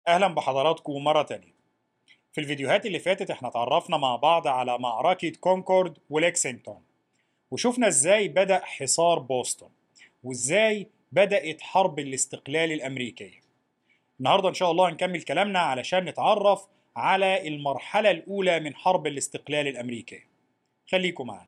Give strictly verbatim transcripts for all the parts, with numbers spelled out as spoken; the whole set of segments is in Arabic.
أهلا بحضراتكم مرة تانية. في الفيديوهات اللي فاتت احنا اتعرفنا مع بعض على معركة كونكورد وليكسينغتون، وشوفنا ازاي بدأ حصار بوسطن وازاي بدأت حرب الاستقلال الأمريكية. النهاردة إن شاء الله هنكمل كلامنا علشان نتعرف على المرحلة الأولى من حرب الاستقلال الأمريكية. خليكم معنا.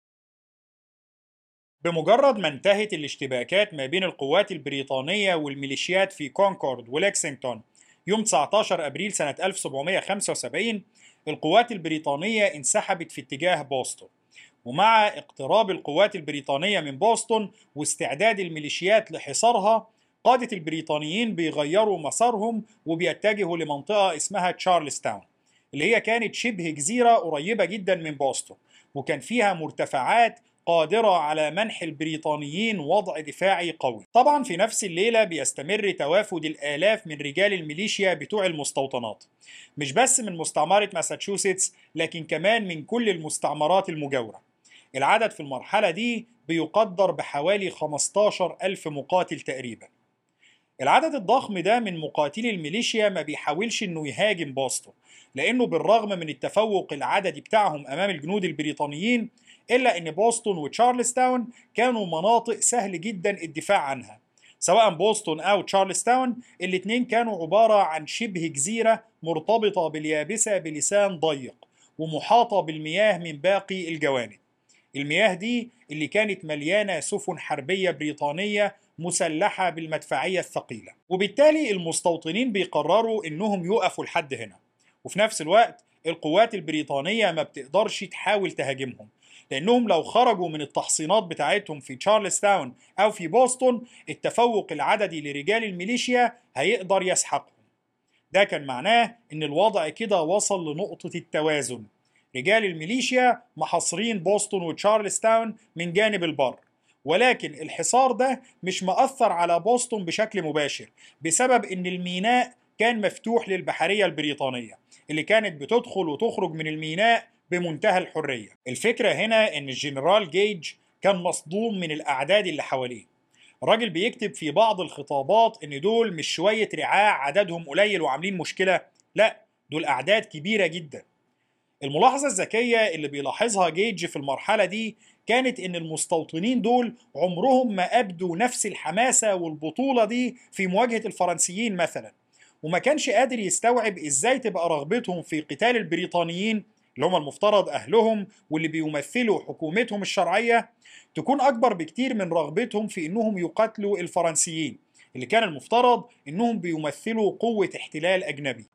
بمجرد ما انتهت الاشتباكات ما بين القوات البريطانية والميليشيات في كونكورد وليكسينغتون يوم تسعة عشر أبريل سنة ألف وسبعمائة وخمسة وسبعين، القوات البريطانية انسحبت في اتجاه بوسطن. ومع اقتراب القوات البريطانية من بوسطن واستعداد الميليشيات لحصارها، قادة البريطانيين بيغيروا مسارهم وبيتجهوا لمنطقة اسمها تشارلز تاون، اللي هي كانت شبه جزيرة قريبة جدا من بوسطن، وكان فيها مرتفعات قادرة على منح البريطانيين وضع دفاعي قوي. طبعا في نفس الليلة بيستمر توافد الآلاف من رجال الميليشيا بتوع المستوطنات، مش بس من مستعمرة ماساتشوستس لكن كمان من كل المستعمرات المجاورة. العدد في المرحلة دي بيقدر بحوالي خمستاشر ألف مقاتل تقريبا. العدد الضخم ده من مقاتلي الميليشيا ما بيحاولش انه يهاجم بوسطن، لانه بالرغم من التفوق العددي بتاعهم امام الجنود البريطانيين، الا ان بوسطن وتشارلز تاون كانوا مناطق سهل جدا الدفاع عنها. سواء بوسطن او تشارلز تاون، الاتنين كانوا عبارة عن شبه جزيرة مرتبطة باليابسة بلسان ضيق ومحاطة بالمياه من باقي الجوانب. المياه دي اللي كانت مليانة سفن حربية بريطانية مسلحة بالمدفعية الثقيلة، وبالتالي المستوطنين بيقرروا انهم يقفوا لحد هنا. وفي نفس الوقت القوات البريطانية ما بتقدرش تحاول تهاجمهم، لانهم لو خرجوا من التحصينات بتاعتهم في تشارلز تاون او في بوسطن، التفوق العددي لرجال الميليشيا هيقدر يسحقهم. ده كان معناه ان الوضع كده وصل لنقطة التوازن. رجال الميليشيا محاصرين بوسطن وتشارلز تاون من جانب البر، ولكن الحصار ده مش مأثر على بوسطن بشكل مباشر، بسبب ان الميناء كان مفتوح للبحرية البريطانية اللي كانت بتدخل وتخرج من الميناء بمنتهى الحرية. الفكرة هنا ان الجنرال جيج كان مصدوم من الأعداد اللي حواليه. الراجل بيكتب في بعض الخطابات ان دول مش شوية رعاع عددهم قليل وعاملين مشكلة، لا، دول اعداد كبيرة جدا. الملاحظة الذكية اللي بيلاحظها جيج في المرحلة دي كانت ان المستوطنين دول عمرهم ما ابدوا نفس الحماسة والبطولة دي في مواجهة الفرنسيين مثلا، وما كانش قادر يستوعب ازاي تبقى رغبتهم في قتال البريطانيين اللي هم المفترض اهلهم واللي بيمثلوا حكومتهم الشرعية تكون اكبر بكتير من رغبتهم في انهم يقاتلوا الفرنسيين اللي كان المفترض انهم بيمثلوا قوة احتلال اجنبي.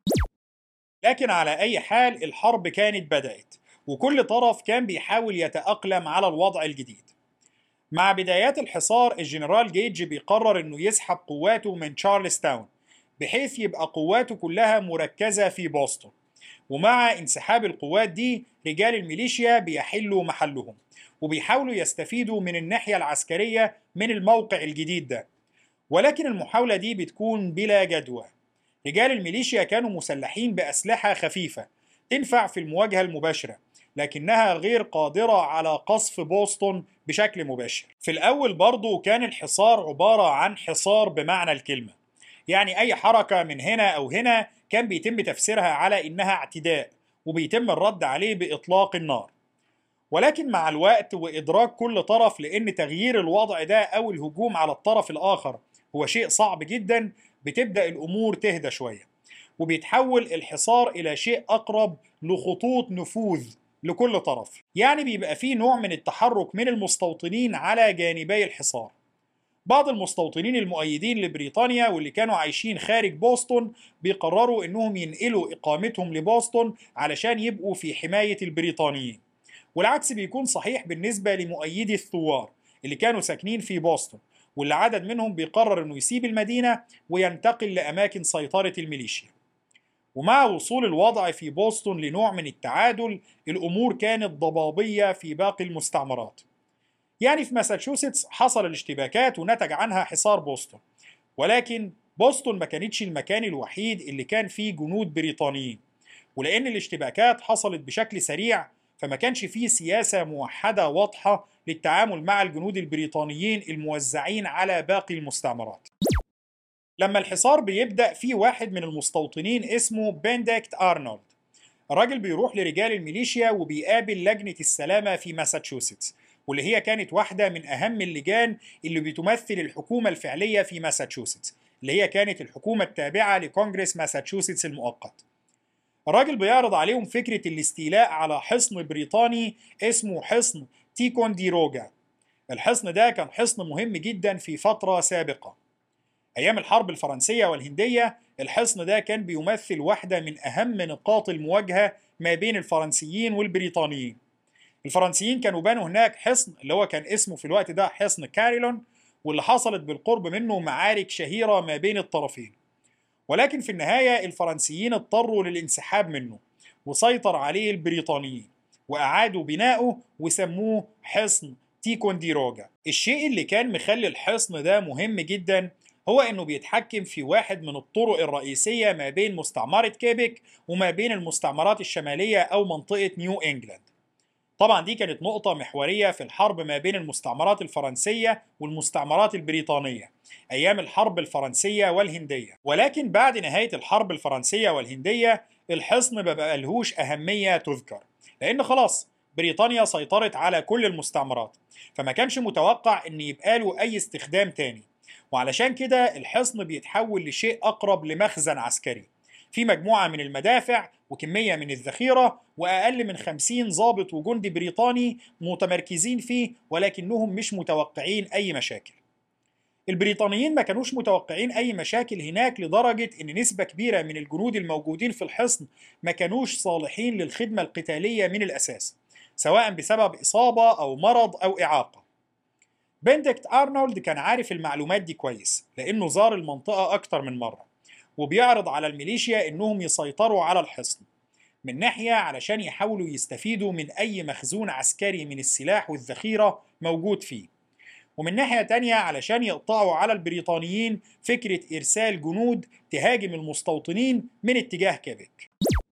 لكن على أي حال الحرب كانت بدأت، وكل طرف كان بيحاول يتأقلم على الوضع الجديد. مع بدايات الحصار الجنرال جيج بيقرر إنه يسحب قواته من تشارلز تاون، بحيث يبقى قواته كلها مركزة في بوسطن. ومع انسحاب القوات دي رجال الميليشيا بيحلوا محلهم، وبيحاولوا يستفيدوا من الناحية العسكرية من الموقع الجديد ده. ولكن المحاولة دي بتكون بلا جدوى. رجال الميليشيا كانوا مسلحين بأسلحة خفيفة تنفع في المواجهة المباشرة، لكنها غير قادرة على قصف بوسطن بشكل مباشر. في الأول برضو كان الحصار عبارة عن حصار بمعنى الكلمة، يعني أي حركة من هنا أو هنا كان بيتم تفسيرها على إنها اعتداء، وبيتم الرد عليه بإطلاق النار. ولكن مع الوقت وإدراك كل طرف لأن تغيير الوضع ده أو الهجوم على الطرف الآخر هو شيء صعب جدا، بتبدأ الأمور تهدى شوية، وبيتحول الحصار إلى شيء أقرب لخطوط نفوذ لكل طرف. يعني بيبقى فيه نوع من التحرك من المستوطنين على جانبي الحصار. بعض المستوطنين المؤيدين لبريطانيا واللي كانوا عايشين خارج بوسطن بيقرروا إنهم ينقلوا إقامتهم لبوسطن علشان يبقوا في حماية البريطانيين، والعكس بيكون صحيح بالنسبة لمؤيدي الثوار اللي كانوا ساكنين في بوسطن، واللي عدد منهم بيقرر انه يسيب المدينة وينتقل لأماكن سيطرة الميليشيا. ومع وصول الوضع في بوسطن لنوع من التعادل، الأمور كانت ضبابية في باقي المستعمرات. يعني في ماساتشوستس حصل الاشتباكات ونتج عنها حصار بوسطن، ولكن بوسطن ما كانتش المكان الوحيد اللي كان فيه جنود بريطانيين. ولأن الاشتباكات حصلت بشكل سريع، فما كانش فيه سياسة موحدة واضحة للتعامل مع الجنود البريطانيين الموزعين على باقي المستعمرات. لما الحصار بيبدأ في واحد من المستوطنين اسمه بنديكت أرنولد. الراجل بيروح لرجال الميليشيا وبيقابل لجنة السلامة في ماساتشوستس، واللي هي كانت واحدة من أهم اللجان اللي بتمثل الحكومة الفعلية في ماساتشوستس، اللي هي كانت الحكومة التابعة لكونجرس ماساتشوستس المؤقت. الراجل بيعرض عليهم فكرة الاستيلاء على حصن بريطاني اسمه حصن تيكونديروجا. الحصن ده كان حصن مهم جدا في فترة سابقة. أيام الحرب الفرنسية والهندية الحصن ده كان بيمثل واحدة من أهم نقاط المواجهة ما بين الفرنسيين والبريطانيين. الفرنسيين كانوا بنوا هناك حصن اللي هو كان اسمه في الوقت ده حصن كاريلون، واللي حصلت بالقرب منه معارك شهيرة ما بين الطرفين. ولكن في النهاية الفرنسيين اضطروا للانسحاب منه، وسيطر عليه البريطانيين وأعادوا بناؤه وسموه حصن تيكونديروجا. الشيء اللي كان مخلي الحصن ده مهم جدا هو انه بيتحكم في واحد من الطرق الرئيسية ما بين مستعمرة كيبك وما بين المستعمرات الشمالية او منطقة نيو انجلاند. طبعا دي كانت نقطة محورية في الحرب ما بين المستعمرات الفرنسية والمستعمرات البريطانية أيام الحرب الفرنسية والهندية. ولكن بعد نهاية الحرب الفرنسية والهندية الحصن ما بقالهوش أهمية تذكر، لأن خلاص بريطانيا سيطرت على كل المستعمرات، فما كانش متوقع أن يبقى له أي استخدام تاني. وعلشان كده الحصن بيتحول لشيء أقرب لمخزن عسكري في مجموعة من المدافع وكمية من الذخيرة وأقل من خمسين ضابط وجندي بريطاني متمركزين فيه، ولكنهم مش متوقعين أي مشاكل. البريطانيين ما كانوش متوقعين أي مشاكل هناك، لدرجة أن نسبة كبيرة من الجنود الموجودين في الحصن ما كانوش صالحين للخدمة القتالية من الأساس، سواء بسبب إصابة أو مرض أو إعاقة. بنديكت أرنولد كان عارف المعلومات دي كويس لأنه زار المنطقة أكتر من مرة، وبيعرض على الميليشيا إنهم يسيطروا على الحصن، من ناحية علشان يحاولوا يستفيدوا من أي مخزون عسكري من السلاح والذخيرة موجود فيه، ومن ناحية تانية علشان يقطعوا على البريطانيين فكرة إرسال جنود تهاجم المستوطنين من اتجاه كيبك.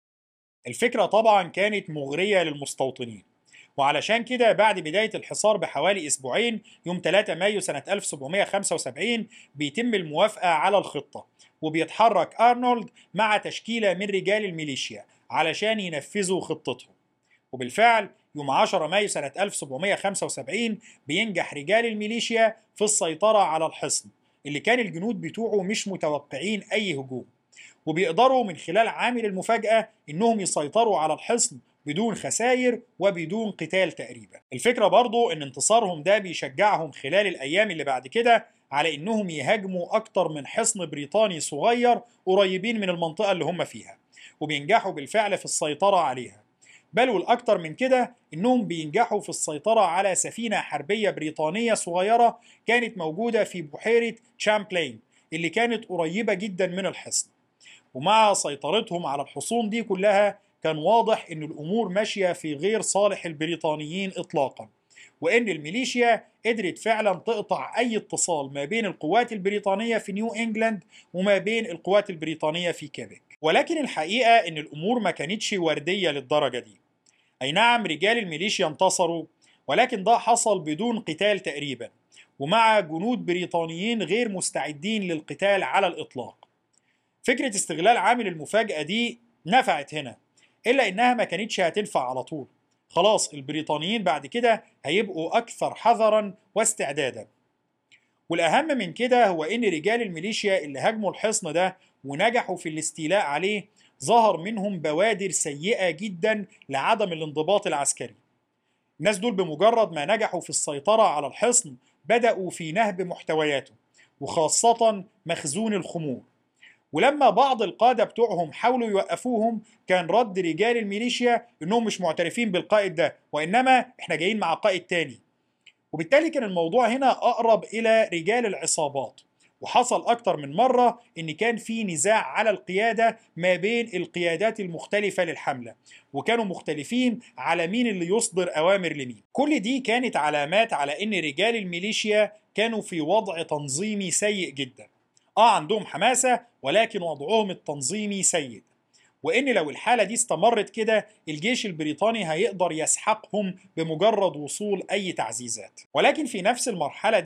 الفكرة طبعا كانت مغرية للمستوطنين، وعلشان كده بعد بداية الحصار بحوالي أسبوعين يوم ثلاثة مايو سنة ألف وسبعمائة وخمسة وسبعين بيتم الموافقة على الخطة، وبيتحرك أرنولد مع تشكيلة من رجال الميليشيا علشان ينفذوا خطتهم. وبالفعل يوم عشرة مايو سنة ألف وسبعمائة وخمسة وسبعين بينجح رجال الميليشيا في السيطرة على الحصن اللي كان الجنود بتوعه مش متوقعين أي هجوم، وبيقدروا من خلال عامل المفاجأة إنهم يسيطروا على الحصن بدون خسائر وبدون قتال تقريبا. الفكرة برضو إن انتصارهم ده بيشجعهم خلال الأيام اللي بعد كده على إنهم يهاجموا أكتر من حصن بريطاني صغير قريبين من المنطقة اللي هم فيها، وبينجحوا بالفعل في السيطرة عليها. بل والأكتر من كده إنهم بينجحوا في السيطرة على سفينة حربية بريطانية صغيرة كانت موجودة في بحيرة تشامبلين اللي كانت قريبة جدا من الحصن. ومع سيطرتهم على الحصون دي كلها كان واضح إن الأمور ماشية في غير صالح البريطانيين إطلاقا، وإن الميليشيا قدرت فعلا تقطع أي اتصال ما بين القوات البريطانية في نيو إنجلاند وما بين القوات البريطانية في كيبك. ولكن الحقيقة إن الأمور ما كانتش وردية للدرجة دي. أي نعم رجال الميليشيا انتصروا، ولكن ده حصل بدون قتال تقريبا، ومع جنود بريطانيين غير مستعدين للقتال على الإطلاق. فكرة استغلال عامل المفاجأة دي نفعت هنا، إلا إنها ما كانتش هتنفع على طول. خلاص البريطانيين بعد كده هيبقوا أكثر حذرا واستعدادا. والأهم من كده هو إن رجال الميليشيا اللي هاجموا الحصن ده ونجحوا في الاستيلاء عليه ظهر منهم بوادر سيئة جدا لعدم الانضباط العسكري. الناس دول بمجرد ما نجحوا في السيطرة على الحصن بدأوا في نهب محتوياته، وخاصة مخزون الخمور. ولما بعض القادة بتوعهم حاولوا يوقفوهم كان رد رجال الميليشيا إنهم مش معترفين بالقائد ده، وإنما إحنا جايين مع قائد تاني. وبالتالي كان الموضوع هنا أقرب إلى رجال العصابات، وحصل أكتر من مرة إن كان في نزاع على القيادة ما بين القيادات المختلفة للحملة، وكانوا مختلفين على مين اللي يصدر أوامر لمين. كل دي كانت علامات على إن رجال الميليشيا كانوا في وضع تنظيمي سيء جدا. آه عندهم حماسة، ولكن وضعهم التنظيمي سيء، وإن لو الحالة دي استمرت كده الجيش البريطاني هيقدر يسحقهم بمجرد وصول أي تعزيزات. ولكن في نفس المرحلة دي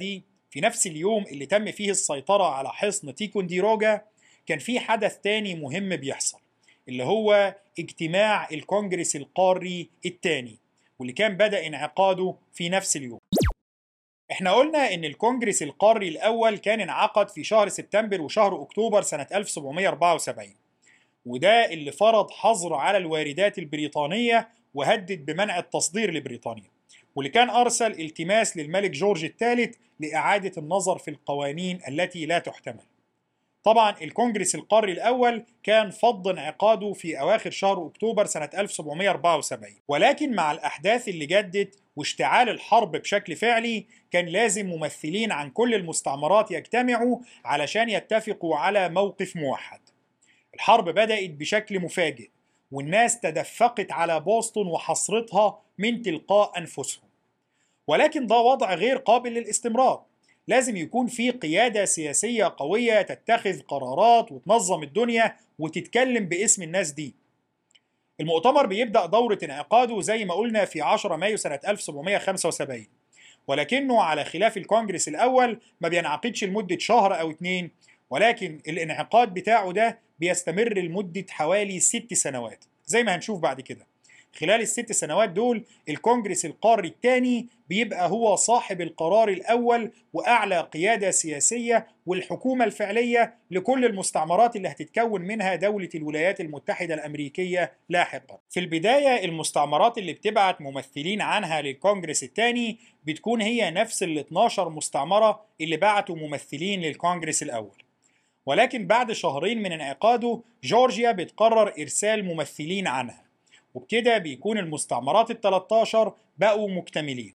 في نفس اليوم اللي تم فيه السيطرة على حصن تيكونديروجا كان في حدث تاني مهم بيحصل، اللي هو اجتماع الكونجرس القاري الثاني، واللي كان بدأ انعقاده في نفس اليوم. احنا قلنا ان الكونجرس القاري الاول كان انعقد في شهر سبتمبر وشهر اكتوبر سنة ألف وسبعمائة وأربعة وسبعين، وده اللي فرض حظر على الواردات البريطانية وهدد بمنع التصدير لبريطانيا، واللي كان أرسل التماس للملك جورج الثالث لإعادة النظر في القوانين التي لا تحتمل. طبعا الكونجرس القاري الأول كان فض انعقاده في أواخر شهر أكتوبر سنة ألف وسبعمائة وأربعة وسبعين، ولكن مع الأحداث اللي جدت واشتعال الحرب بشكل فعلي كان لازم ممثلين عن كل المستعمرات يجتمعوا علشان يتفقوا على موقف موحد. الحرب بدأت بشكل مفاجئ، والناس تدفقت على بوسطن وحصرتها من تلقاء أنفسهم، ولكن ده وضع غير قابل للاستمرار. لازم يكون في قيادة سياسية قوية تتخذ قرارات وتنظم الدنيا وتتكلم باسم الناس دي. المؤتمر بيبدأ دورة انعقاده زي ما قلنا في عشرة مايو سنة ألف وسبعمائة وخمسة وسبعين، ولكنه على خلاف الكونجرس الأول ما بينعقدش لمدة شهر أو اتنين، ولكن الانعقاد بتاعه ده بيستمر لمدة حوالي ست سنوات زي ما هنشوف بعد كده. خلال الست سنوات دول الكونجرس القاري الثاني بيبقى هو صاحب القرار الأول وأعلى قيادة سياسية والحكومة الفعلية لكل المستعمرات اللي هتتكون منها دولة الولايات المتحدة الأمريكية لاحقا. في البداية المستعمرات اللي بتبعت ممثلين عنها للكونجرس الثاني بتكون هي نفس ال اتناشر مستعمرة اللي بعتوا ممثلين للكونجرس الأول، ولكن بعد شهرين من انعقاده جورجيا بتقرر إرسال ممثلين عنها، وبكده بيكون المستعمرات ال ثلاثة عشر بقوا مكتملين.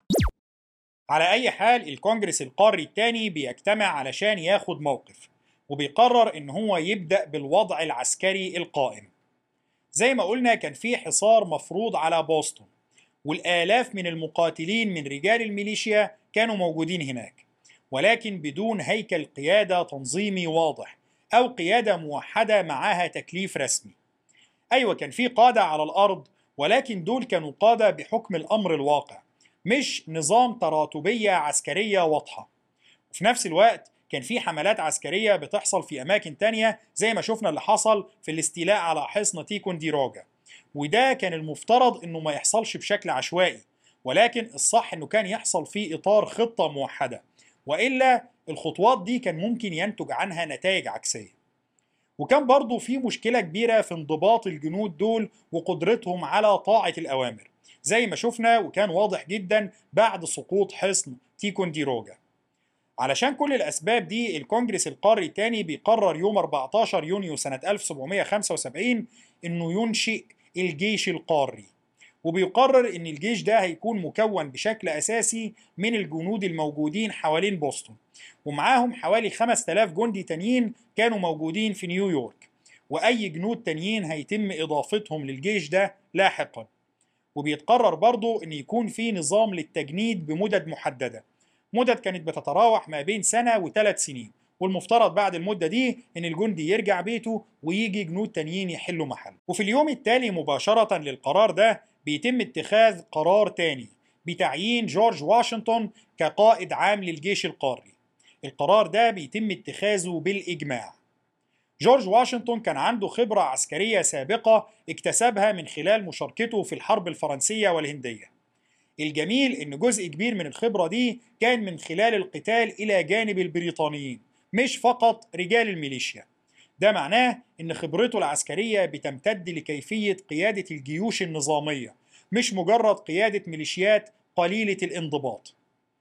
على أي حال الكونجرس القاري الثاني بيجتمع علشان ياخد موقف، وبيقرر إن هو يبدأ بالوضع العسكري القائم. زي ما قلنا كان في حصار مفروض على بوسطن، والآلاف من المقاتلين من رجال الميليشيا كانوا موجودين هناك، ولكن بدون هيكل قيادة تنظيمي واضح أو قيادة موحدة معاها تكليف رسمي. أيوة كان في قادة على الأرض، ولكن دول كانوا قادة بحكم الأمر الواقع، مش نظام تراتبية عسكرية واضحة. وفي نفس الوقت كان في حملات عسكرية بتحصل في أماكن تانية زي ما شفنا اللي حصل في الاستيلاء على حصن تيكونديروجا، وده كان المفترض إنه ما يحصلش بشكل عشوائي، ولكن الصح إنه كان يحصل في إطار خطة موحدة، وإلا الخطوات دي كان ممكن ينتج عنها نتائج عكسية. وكان برضو في مشكلة كبيرة في انضباط الجنود دول وقدرتهم على طاعة الأوامر زي ما شفنا، وكان واضح جدا بعد سقوط حصن تيكونديروجا. علشان كل الأسباب دي الكونجرس القاري الثاني بيقرر يوم أربعة عشر يونيو سنة ألف وسبعمائة وخمسة وسبعين إنه ينشئ الجيش القاري، وبيقرر إن الجيش ده هيكون مكون بشكل أساسي من الجنود الموجودين حوالين بوسطن، ومعاهم حوالي خمسة آلاف جندي تانيين كانوا موجودين في نيويورك، وأي جنود تانيين هيتم إضافتهم للجيش ده لاحقا. وبيتقرر برضو إن يكون في نظام للتجنيد بمدد محددة، مدد كانت بتتراوح ما بين سنة وثلاث سنين، والمفترض بعد المدة دي إن الجندي يرجع بيته ويجي جنود تانيين يحلوا محل. وفي اليوم التالي مباشرة للقرار ده بيتم اتخاذ قرار تاني بتعيين جورج واشنطن كقائد عام للجيش القاري. القرار ده بيتم اتخاذه بالإجماع. جورج واشنطن كان عنده خبرة عسكرية سابقة اكتسبها من خلال مشاركته في الحرب الفرنسية والهندية. الجميل إن جزء كبير من الخبرة دي كان من خلال القتال إلى جانب البريطانيين، مش فقط رجال الميليشيا. ده معناه إن خبرته العسكرية بتمتد لكيفية قيادة الجيوش النظامية، مش مجرد قيادة ميليشيات قليلة الانضباط.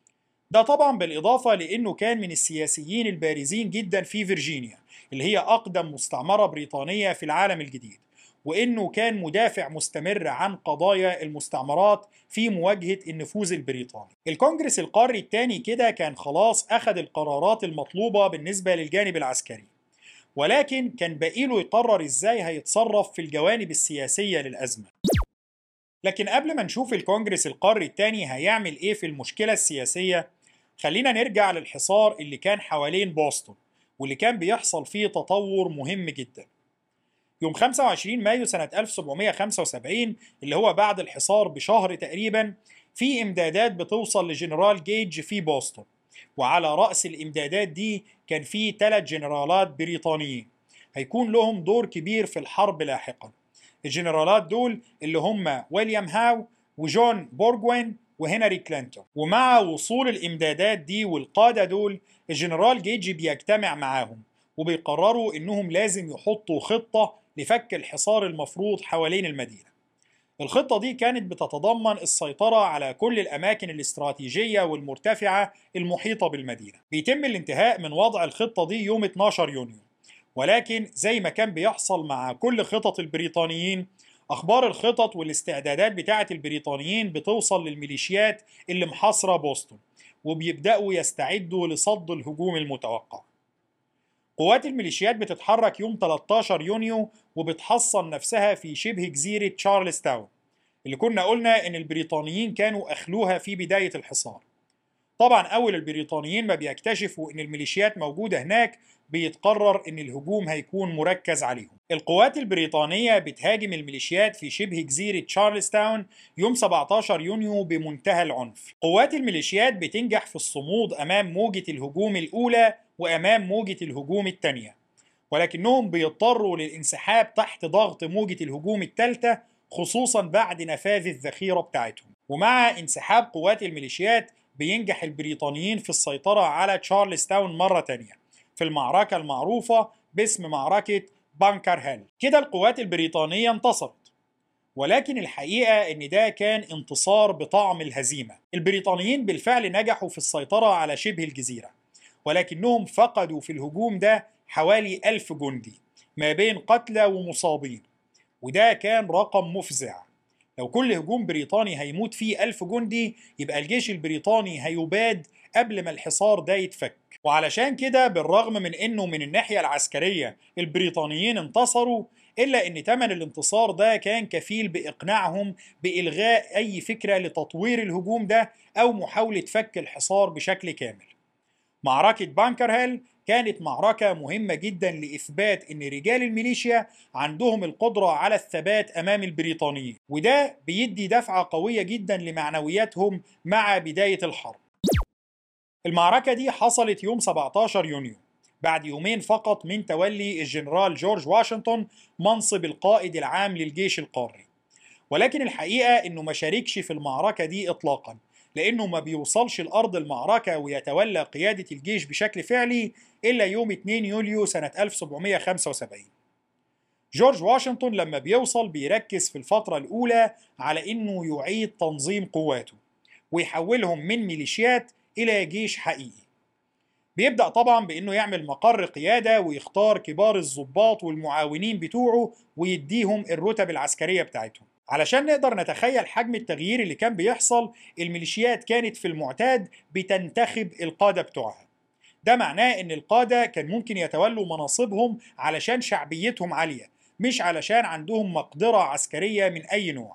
ده طبعا بالإضافة لأنه كان من السياسيين البارزين جدا في فيرجينيا اللي هي أقدم مستعمرة بريطانية في العالم الجديد، وإنه كان مدافع مستمر عن قضايا المستعمرات في مواجهة النفوذ البريطاني. الكونجرس القاري الثاني كده كان خلاص أخذ القرارات المطلوبة بالنسبة للجانب العسكري، ولكن كان باقي له يقرر إزاي هيتصرف في الجوانب السياسية للأزمة. لكن قبل ما نشوف الكونجرس القاري الثاني هيعمل إيه في المشكلة السياسية، خلينا نرجع للحصار اللي كان حوالين بوسطن واللي كان بيحصل فيه تطور مهم جدا. يوم خمسة وعشرين مايو سنة ألف وسبعمائة وخمسة وسبعين اللي هو بعد الحصار بشهر تقريبا، في امدادات بتوصل لجنرال جيج في بوسطن، وعلى رأس الإمدادات دي كان في ثلاث جنرالات بريطانيين هيكون لهم دور كبير في الحرب لاحقا. الجنرالات دول اللي هم ويليام هاو وجون بورجوين وهنري كلينتون. ومع وصول الإمدادات دي والقادة دول، الجنرال جيجي بيجتمع معاهم وبيقرروا إنهم لازم يحطوا خطة لفك الحصار المفروض حوالين المدينة. الخطة دي كانت بتتضمن السيطرة على كل الأماكن الاستراتيجية والمرتفعة المحيطة بالمدينة. بيتم الانتهاء من وضع الخطة دي يوم اتناشر يونيو، ولكن زي ما كان بيحصل مع كل خطط البريطانيين، أخبار الخطط والاستعدادات بتاعة البريطانيين بتوصل للميليشيات اللي محاصرة بوسطن، وبيبدأوا يستعدوا لصد الهجوم المتوقع. قوات الميليشيات بتتحرك يوم تلتاشر يونيو وبتحصن نفسها في شبه جزيرة تشارلز تاون، اللي كنا قلنا إن البريطانيين كانوا أخلوها في بداية الحصار. طبعا أول البريطانيين ما بيكتشفوا إن الميليشيات موجودة هناك، بيتقرر إن الهجوم هيكون مركز عليهم. القوات البريطانية بتهاجم الميليشيات في شبه جزيرة تشارلز تاون يوم سبعتاشر يونيو بمنتهى العنف. قوات الميليشيات بتنجح في الصمود أمام موجة الهجوم الأولى وأمام موجة الهجوم الثانية، ولكنهم بيضطروا للانسحاب تحت ضغط موجة الهجوم الثالثة، خصوصا بعد نفاذ الذخيرة بتاعتهم. ومع انسحاب قوات الميليشيات بينجح البريطانيين في السيطرة على تشارلز تاون مرة تانية في المعركة المعروفة باسم معركة بانكر هيل. كده القوات البريطانية انتصرت، ولكن الحقيقة إن ده كان انتصار بطعم الهزيمة. البريطانيين بالفعل نجحوا في السيطرة على شبه الجزيرة، ولكنهم فقدوا في الهجوم ده حوالي ألف جندي ما بين قتلى ومصابين، وده كان رقم مفزع. لو كل هجوم بريطاني هيموت فيه ألف جندي، يبقى الجيش البريطاني هيباد قبل ما الحصار ده يتفك. وعلشان كده بالرغم من انه من الناحية العسكرية البريطانيين انتصروا، إلا أن ثمن الانتصار ده كان كفيل بإقناعهم بإلغاء أي فكرة لتطوير الهجوم ده أو محاولة فك الحصار بشكل كامل. معركة بانكر هيل كانت معركة مهمة جدا لإثبات أن رجال الميليشيا عندهم القدرة على الثبات أمام البريطانيين، وده بيدي دفعة قوية جدا لمعنوياتهم مع بداية الحرب. المعركة دي حصلت يوم سبعتاشر يونيو، بعد يومين فقط من تولي الجنرال جورج واشنطن منصب القائد العام للجيش القاري. ولكن الحقيقة إنه ما شاركش في المعركة دي إطلاقا، لأنه ما بيوصلش لأرض المعركة ويتولى قيادة الجيش بشكل فعلي إلا يوم اتنين يوليو سنة ألف وسبعمائة وخمسة وسبعين. جورج واشنطن لما بيوصل بيركز في الفترة الأولى على إنه يعيد تنظيم قواته ويحولهم من ميليشيات إلى جيش حقيقي. بيبدأ طبعا بإنه يعمل مقر قيادة ويختار كبار الضباط والمعاونين بتوعه ويديهم الرتب العسكرية بتاعتهم. علشان نقدر نتخيل حجم التغيير اللي كان بيحصل، الميليشيات كانت في المعتاد بتنتخب القادة بتوعها. ده معناه إن القادة كان ممكن يتولوا مناصبهم علشان شعبيتهم عالية، مش علشان عندهم مقدرة عسكرية من أي نوع.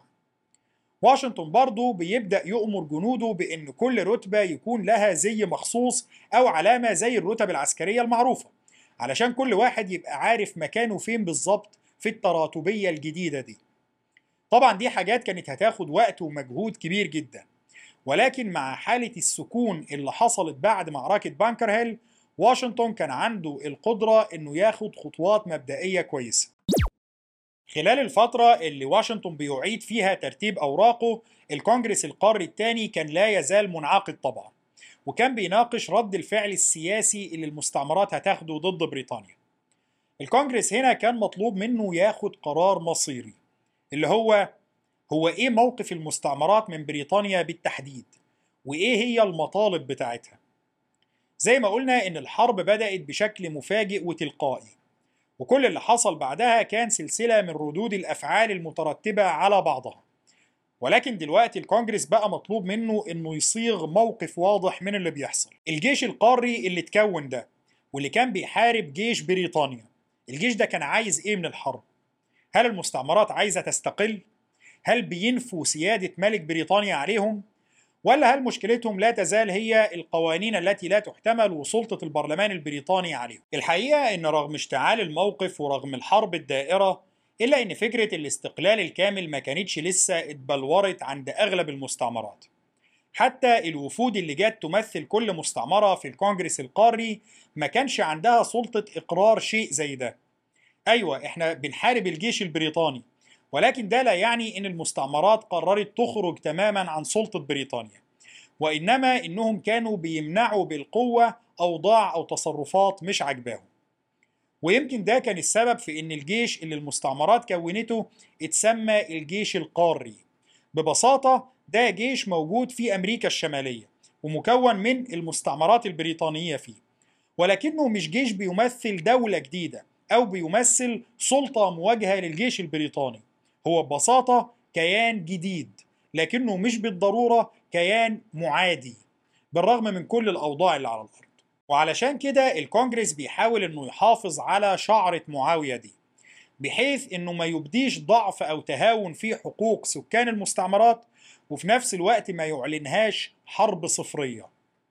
واشنطن برضه بيبدأ يؤمر جنوده بأن كل رتبة يكون لها زي مخصوص أو علامة زي الرتب العسكرية المعروفة، علشان كل واحد يبقى عارف مكانه فين بالظبط في التراتبية الجديدة دي. طبعا دي حاجات كانت هتاخد وقت ومجهود كبير جدا، ولكن مع حالة السكون اللي حصلت بعد معركة بانكر هيل، واشنطن كان عنده القدرة انه ياخد خطوات مبدئية كويسة. خلال الفترة اللي واشنطن بيعيد فيها ترتيب أوراقه، الكونجرس القاري الثاني كان لا يزال منعقد طبعا، وكان بيناقش رد الفعل السياسي اللي المستعمرات هتاخده ضد بريطانيا. الكونجرس هنا كان مطلوب منه ياخد قرار مصيري، اللي هو هو إيه موقف المستعمرات من بريطانيا بالتحديد، وإيه هي المطالب بتاعتها. زي ما قلنا إن الحرب بدأت بشكل مفاجئ وتلقائي، وكل اللي حصل بعدها كان سلسلة من ردود الأفعال المترتبة على بعضها. ولكن دلوقتي الكونجرس بقى مطلوب منه إنه يصيغ موقف واضح من اللي بيحصل. الجيش القاري اللي اتكون ده واللي كان بيحارب جيش بريطانيا، الجيش ده كان عايز إيه من الحرب؟ هل المستعمرات عايزة تستقل؟ هل بينفوا سيادة ملك بريطانيا عليهم؟ ولا هل مشكلتهم لا تزال هي القوانين التي لا تحتمل وسلطة البرلمان البريطاني عليهم؟ الحقيقة إن رغم اشتعال الموقف ورغم الحرب الدائرة، إلا إن فكرة الاستقلال الكامل ما كانتش لسه اتبلورت عند أغلب المستعمرات. حتى الوفود اللي جت تمثل كل مستعمرة في الكونجرس القاري ما كانش عندها سلطة إقرار شيء زي ده. أيوة إحنا بنحارب الجيش البريطاني، ولكن ده لا يعني إن المستعمرات قررت تخرج تماما عن سلطة بريطانيا، وإنما إنهم كانوا بيمنعوا بالقوة أوضاع أو تصرفات مش عاجباهم. ويمكن ده كان السبب في إن الجيش اللي المستعمرات كونته اتسمى الجيش القاري. ببساطة ده جيش موجود في أمريكا الشمالية ومكون من المستعمرات البريطانية فيه، ولكنه مش جيش بيمثل دولة جديدة أو بيمثل سلطة مواجهة للجيش البريطاني. هو ببساطة كيان جديد، لكنه مش بالضرورة كيان معادي بالرغم من كل الأوضاع اللي على الأرض. وعلشان كده الكونجرس بيحاول إنه يحافظ على شعرة معاوية دي، بحيث إنه ما يبديش ضعف أو تهاون في حقوق سكان المستعمرات، وفي نفس الوقت ما يعلنهاش حرب صفرية.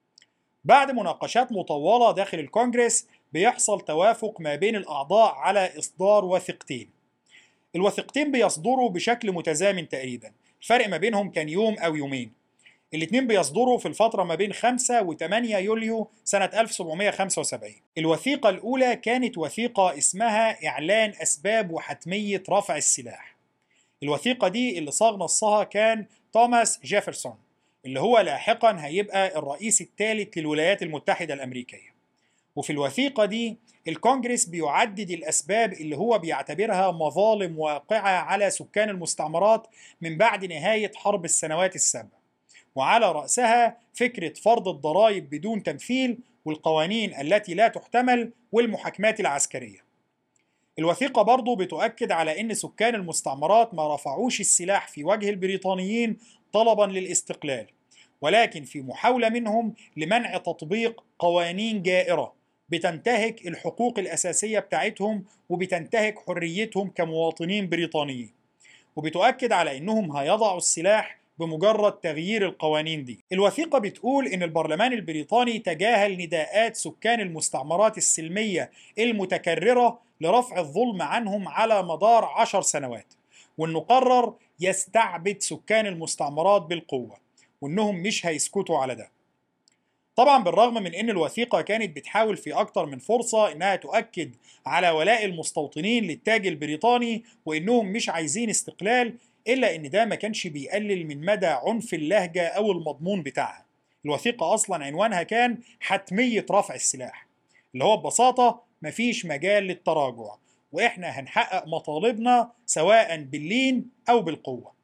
بعد مناقشات مطولة داخل الكونجرس بيحصل توافق ما بين الأعضاء على إصدار وثيقتين. الوثيقتين بيصدروا بشكل متزامن تقريبا، الفرق ما بينهم كان يوم أو يومين. الاتنين بيصدروا في الفترة ما بين خمسة و ثمانية يوليو سنة ألف وسبعمائة وخمسة وسبعين. الوثيقة الأولى كانت وثيقة اسمها إعلان أسباب وحتمية رفع السلاح. الوثيقة دي اللي صاغ نصها كان توماس جيفرسون، اللي هو لاحقا هيبقى الرئيس الثالث للولايات المتحدة الأمريكية. وفي الوثيقة دي الكونجرس بيعدد الأسباب اللي هو بيعتبرها مظالم واقعة على سكان المستعمرات من بعد نهاية حرب السنوات السبع، وعلى رأسها فكرة فرض الضرائب بدون تمثيل، والقوانين التي لا تحتمل، والمحاكمات العسكرية. الوثيقة برضو بتؤكد على أن سكان المستعمرات ما رفعوش السلاح في وجه البريطانيين طلبا للاستقلال، ولكن في محاولة منهم لمنع تطبيق قوانين جائرة بتنتهك الحقوق الأساسية بتاعتهم وبتنتهك حريتهم كمواطنين بريطانيين. وبتؤكد على أنهم هيضعوا السلاح بمجرد تغيير القوانين دي. الوثيقة بتقول إن البرلمان البريطاني تجاهل نداءات سكان المستعمرات السلمية المتكررة لرفع الظلم عنهم على مدار عشر سنوات، وإنه قرر يستعبد سكان المستعمرات بالقوة، وإنهم مش هيسكتوا على ده. طبعا بالرغم من ان الوثيقة كانت بتحاول في اكتر من فرصة انها تؤكد على ولاء المستوطنين للتاج البريطاني وانهم مش عايزين استقلال، الا ان ده ما كانش بيقلل من مدى عنف اللهجة او المضمون بتاعها. الوثيقة اصلا عنوانها كان حتمية رفع السلاح، اللي هو ببساطة مفيش مجال للتراجع، واحنا هنحقق مطالبنا سواء باللين او بالقوة.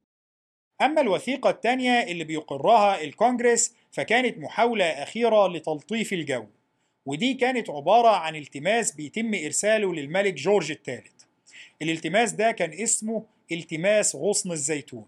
أما الوثيقة الثانية اللي بيقرها الكونجرس فكانت محاولة أخيرة لتلطيف الجو، ودي كانت عبارة عن التماس بيتم إرساله للملك جورج الثالث. الالتماس ده كان اسمه التماس غصن الزيتون.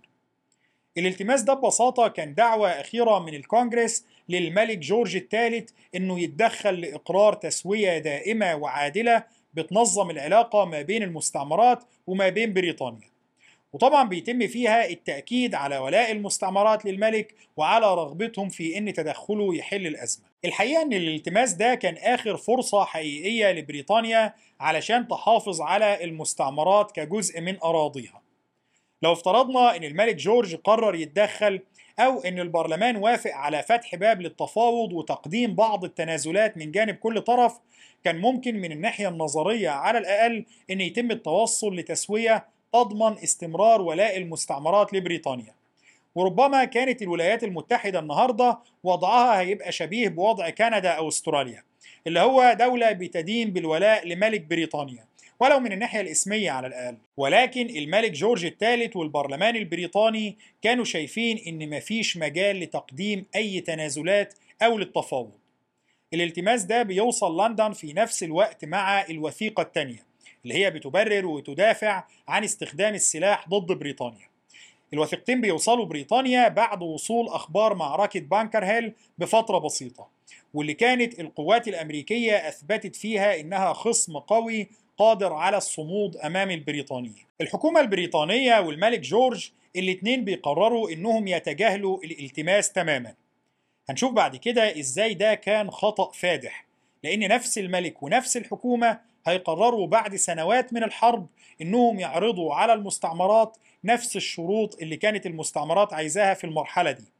الالتماس ده ببساطة كان دعوة أخيرة من الكونجرس للملك جورج الثالث إنه يتدخل لإقرار تسوية دائمة وعادلة بتنظم العلاقة ما بين المستعمرات وما بين بريطانيا. وطبعا بيتم فيها التأكيد على ولاء المستعمرات للملك وعلى رغبتهم في ان تدخله يحل الأزمة. الحقيقة ان الالتماس ده كان آخر فرصة حقيقية لبريطانيا علشان تحافظ على المستعمرات كجزء من أراضيها. لو افترضنا ان الملك جورج قرر يتدخل او ان البرلمان وافق على فتح باب للتفاوض وتقديم بعض التنازلات من جانب كل طرف، كان ممكن من الناحية النظرية على الأقل ان يتم التوصل لتسوية تضمن استمرار ولاء المستعمرات لبريطانيا. وربما كانت الولايات المتحدة النهاردة وضعها هيبقى شبيه بوضع كندا أو استراليا، اللي هو دولة بتدين بالولاء لملك بريطانيا ولو من الناحية الاسمية على الأقل. ولكن الملك جورج الثالث والبرلمان البريطاني كانوا شايفين إن مفيش مجال لتقديم أي تنازلات أو للتفاوض. الالتماس ده بيوصل لندن في نفس الوقت مع الوثيقة الثانية اللي هي بتبرر وتدافع عن استخدام السلاح ضد بريطانيا. الوثيقتين بيوصلوا بريطانيا بعد وصول أخبار معركة بانكر هيل بفترة بسيطة، واللي كانت القوات الأمريكية أثبتت فيها إنها خصم قوي قادر على الصمود أمام البريطانيين. الحكومة البريطانية والملك جورج الاتنين بيقرروا إنهم يتجاهلوا الالتماس تماما. هنشوف بعد كده إزاي ده كان خطأ فادح، لأن نفس الملك ونفس الحكومة هيقرروا بعد سنوات من الحرب إنهم يعرضوا على المستعمرات نفس الشروط اللي كانت المستعمرات عايزاها في المرحلة دي،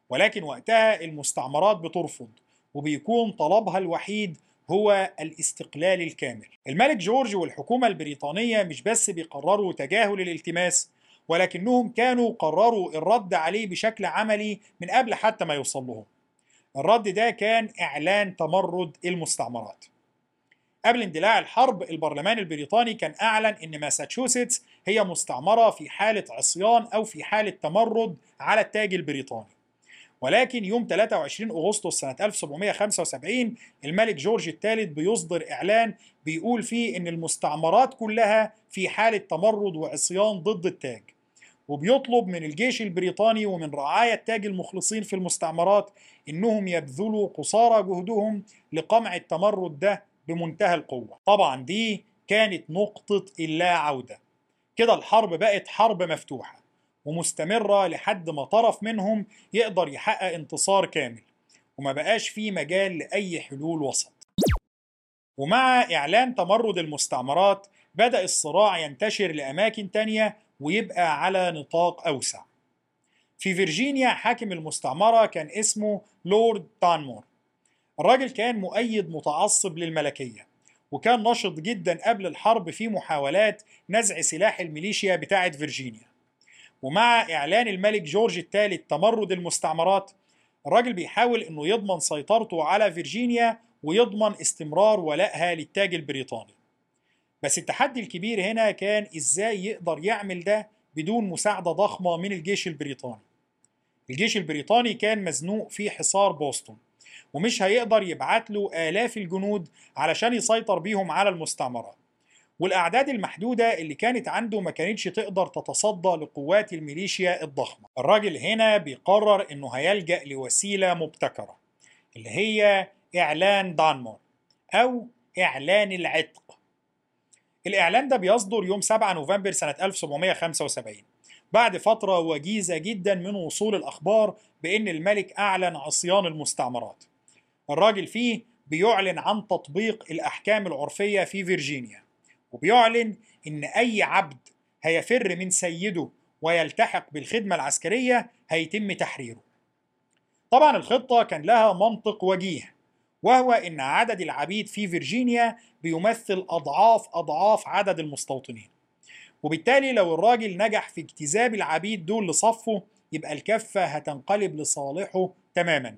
ولكن وقتها المستعمرات بترفض، وبيكون طلبها الوحيد هو الاستقلال الكامل. الملك جورج والحكومة البريطانية مش بس بيقرروا تجاهل الالتماس، ولكنهم كانوا قرروا الرد عليه بشكل عملي من قبل حتى ما يوصل لهم. الرد ده كان إعلان تمرد المستعمرات. قبل اندلاع الحرب، البرلمان البريطاني كان أعلن إن ماساتشوستس هي مستعمرة في حالة عصيان أو في حالة تمرد على التاج البريطاني. ولكن يوم ثلاثة وعشرين أغسطس سنة ألف وسبعمائة وخمسة وسبعين الملك جورج الثالث بيصدر إعلان بيقول فيه إن المستعمرات كلها في حالة تمرد وعصيان ضد التاج، وبيطلب من الجيش البريطاني ومن رعايا التاج المخلصين في المستعمرات إنهم يبذلوا قصارى جهدهم لقمع التمرد ده بمنتهى القوة. طبعا دي كانت نقطة اللا عودة. كده الحرب بقت حرب مفتوحة ومستمرة لحد ما طرف منهم يقدر يحقق انتصار كامل، وما بقاش فيه مجال لأي حلول وسط. ومع إعلان تمرد المستعمرات بدأ الصراع ينتشر لأماكن تانية ويبقى على نطاق أوسع. في فيرجينيا حاكم المستعمرة كان اسمه لورد دانمور. الراجل كان مؤيد متعصب للملكية، وكان نشط جدا قبل الحرب في محاولات نزع سلاح الميليشيا بتاعة فيرجينيا. ومع إعلان الملك جورج الثالث تمرد المستعمرات، الراجل بيحاول إنه يضمن سيطرته على فيرجينيا ويضمن استمرار ولائها للتاج البريطاني. بس التحدي الكبير هنا كان إزاي يقدر يعمل ده بدون مساعدة ضخمة من الجيش البريطاني. الجيش البريطاني كان مزنوق في حصار بوسطن، ومش هيقدر يبعت له آلاف الجنود علشان يسيطر بيهم على المستعمرات، والأعداد المحدودة اللي كانت عنده ما كانتش تقدر تتصدى لقوات الميليشيا الضخمة. الراجل هنا بيقرر إنه هيلجأ لوسيلة مبتكرة اللي هي إعلان دانمور أو إعلان العتق. الإعلان ده بيصدر يوم سبعة نوفمبر سنة ألف وسبعمائة وخمسة وسبعين بعد فترة وجيزة جدا من وصول الأخبار بأن الملك أعلن عصيان المستعمرات. الراجل فيه بيعلن عن تطبيق الأحكام العرفية في فيرجينيا، وبيعلن إن أي عبد هيفر من سيده ويلتحق بالخدمة العسكرية هيتم تحريره. طبعا الخطة كان لها منطق وجيه، وهو إن عدد العبيد في فيرجينيا بيمثل أضعاف أضعاف عدد المستوطنين، وبالتالي لو الراجل نجح في اجتذاب العبيد دول لصفه يبقى الكفة هتنقلب لصالحه تماما.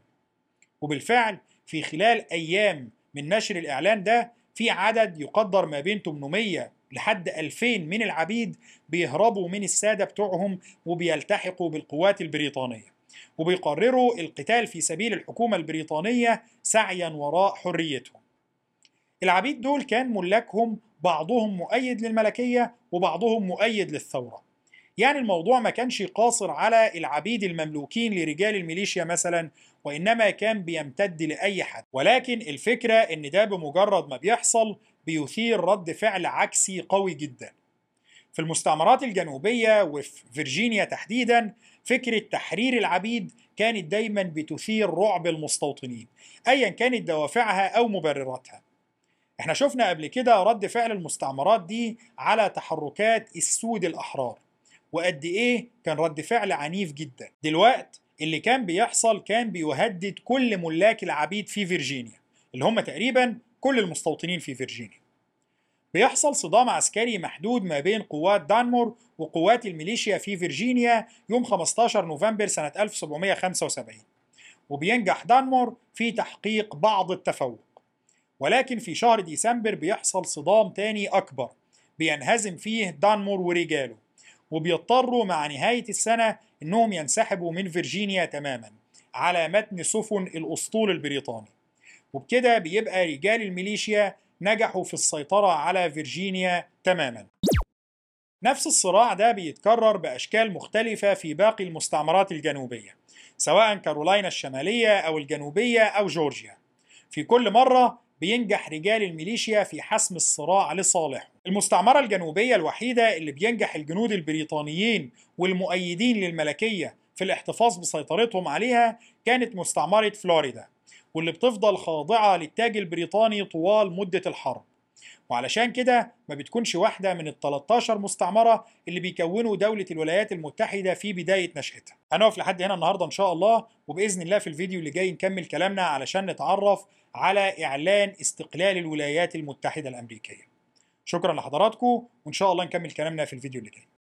وبالفعل في خلال أيام من نشر الإعلان ده في عدد يقدر ما بين ثمانمائة لحد ألفين من العبيد بيهربوا من السادة بتوعهم وبيلتحقوا بالقوات البريطانية، وبيقرروا القتال في سبيل الحكومة البريطانية سعيا وراء حريتهم. العبيد دول كان ملاكهم بعضهم مؤيد للملكية وبعضهم مؤيد للثورة. يعني الموضوع ما كانش قاصر على العبيد المملوكين لرجال الميليشيا مثلا، وإنما كان بيمتد لأي حد. ولكن الفكرة إن ده بمجرد ما بيحصل بيثير رد فعل عكسي قوي جدا. في المستعمرات الجنوبية وفي فيرجينيا تحديدا فكرة تحرير العبيد كانت دايما بتثير رعب المستوطنين أيا كانت دوافعها أو مبرراتها. احنا شفنا قبل كده رد فعل المستعمرات دي على تحركات السود الأحرار، وقد ايه كان رد فعل عنيف جدا. دلوقت اللي كان بيحصل كان بيهدد كل ملاك العبيد في فيرجينيا اللي هم تقريبا كل المستوطنين في فيرجينيا. بيحصل صدام عسكري محدود ما بين قوات دانمور وقوات الميليشيا في فيرجينيا يوم خمسة عشر نوفمبر سنة ألف وسبعمائة وخمسة وسبعين، وبينجح دانمور في تحقيق بعض التفوق. ولكن في شهر ديسمبر بيحصل صدام تاني أكبر بينهزم فيه دانمور ورجاله، وبيضطروا مع نهاية السنة إنهم ينسحبوا من فيرجينيا تماما على متن سفن الأسطول البريطاني. وبكده بيبقى رجال الميليشيا نجحوا في السيطرة على فيرجينيا تماما. نفس الصراع ده بيتكرر بأشكال مختلفة في باقي المستعمرات الجنوبية، سواء كارولاينا الشمالية أو الجنوبية أو جورجيا. في كل مرة بينجح رجال الميليشيا في حسم الصراع لصالحهم. المستعمرة الجنوبية الوحيدة اللي بينجح الجنود البريطانيين والمؤيدين للملكية في الاحتفاظ بسيطرتهم عليها كانت مستعمرة فلوريدا، واللي بتفضل خاضعة للتاج البريطاني طوال مدة الحرب. وعلشان كده ما بتكونش واحدة من ال تلتاشر مستعمرة اللي بيكونوا دولة الولايات المتحدة في بداية نشأتها. هنقف لحد هنا النهاردة إن شاء الله، وبإذن الله في الفيديو اللي جاي نكمل كلامنا علشان نتعرف على إعلان استقلال الولايات المتحدة الأمريكية. شكرا لحضراتكم، وإن شاء الله نكمل كلامنا في الفيديو اللي جاي.